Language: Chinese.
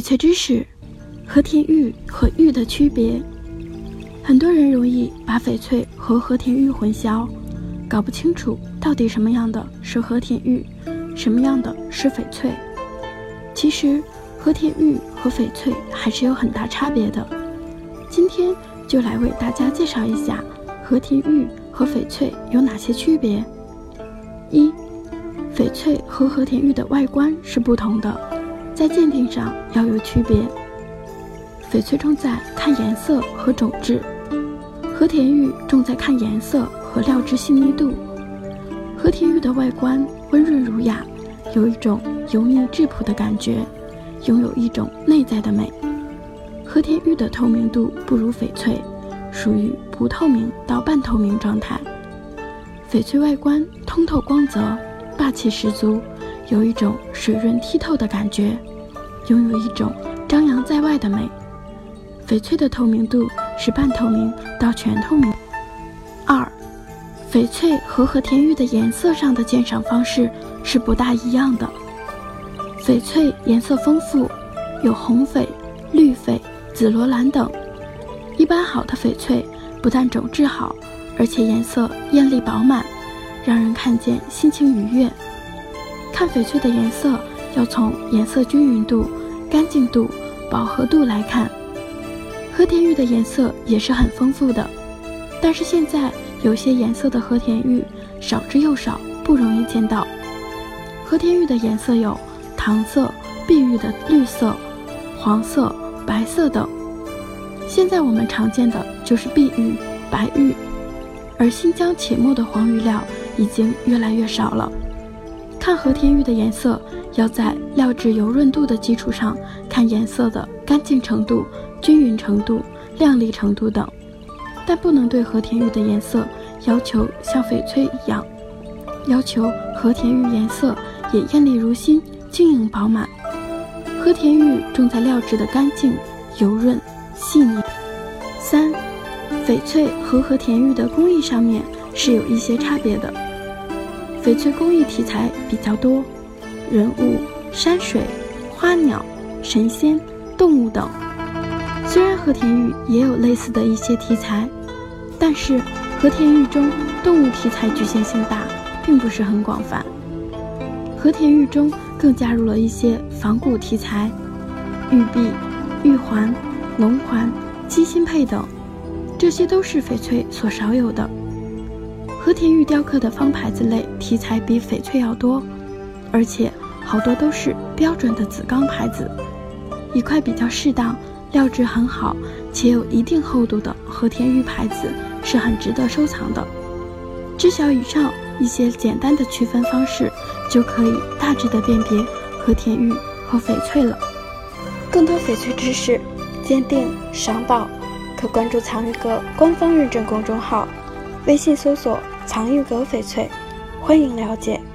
翡翠知识：和田玉和玉的区别。很多人容易把翡翠和和田玉混淆，搞不清楚到底什么样的是和田玉，什么样的是翡翠。其实和田玉和翡翠还是有很大差别的。今天就来为大家介绍一下和田玉和翡翠有哪些区别。一、翡翠和和田玉的外观是不同的，在鉴定上要有区别。翡翠重在看颜色和种质，和田玉重在看颜色和料质细腻度。和田玉的外观温润儒雅，有一种油腻质朴的感觉，拥有一种内在的美。和田玉的透明度不如翡翠，属于不透明到半透明状态。翡翠外观通透光泽，霸气十足，有一种水润剔透的感觉，拥有一种张扬在外的美。翡翠的透明度是半透明到全透明。二、翡翠和和田玉的颜色上的鉴赏方式是不大一样的。翡翠颜色丰富，有红翡、绿翡、紫罗兰等。一般好的翡翠不但种质好，而且颜色艳丽饱满，让人看见心情愉悦。看翡翠的颜色要从颜色均匀度、干净度、饱和度来看。和田玉的颜色也是很丰富的，但是现在有些颜色的和田玉少之又少，不容易见到。和田玉的颜色有糖色、碧玉的绿色、黄色、白色等。现在我们常见的就是碧玉、白玉，而新疆且墨的黄玉料已经越来越少了。看和田玉的颜色，要在料质油润度的基础上看颜色的干净程度、均匀程度、亮丽程度等，但不能对和田玉的颜色要求像翡翠一样，要求和田玉颜色也艳丽如新、晶莹饱满。和田玉重在料质的干净、油润、细腻。三、翡翠和田玉的工艺上面是有一些差别的。翡翠工艺题材比较多，人物、山水、花鸟、神仙、动物等。虽然和田玉也有类似的一些题材，但是和田玉中动物题材局限性大，并不是很广泛。和田玉中更加入了一些仿古题材，玉璧、玉环、龙环、鸡心佩等，这些都是翡翠所少有的。和田玉雕刻的方牌子类题材比翡翠要多，而且好多都是标准的紫钢牌子。一块比较适当、料质很好且有一定厚度的和田玉牌子是很值得收藏的。知晓以上一些简单的区分方式，就可以大致的辨别和田玉和翡翠了。更多翡翠知识、鉴定、赏宝，可关注藏玉阁官方认证公众号，微信搜索藏玉阁翡翠，欢迎了解。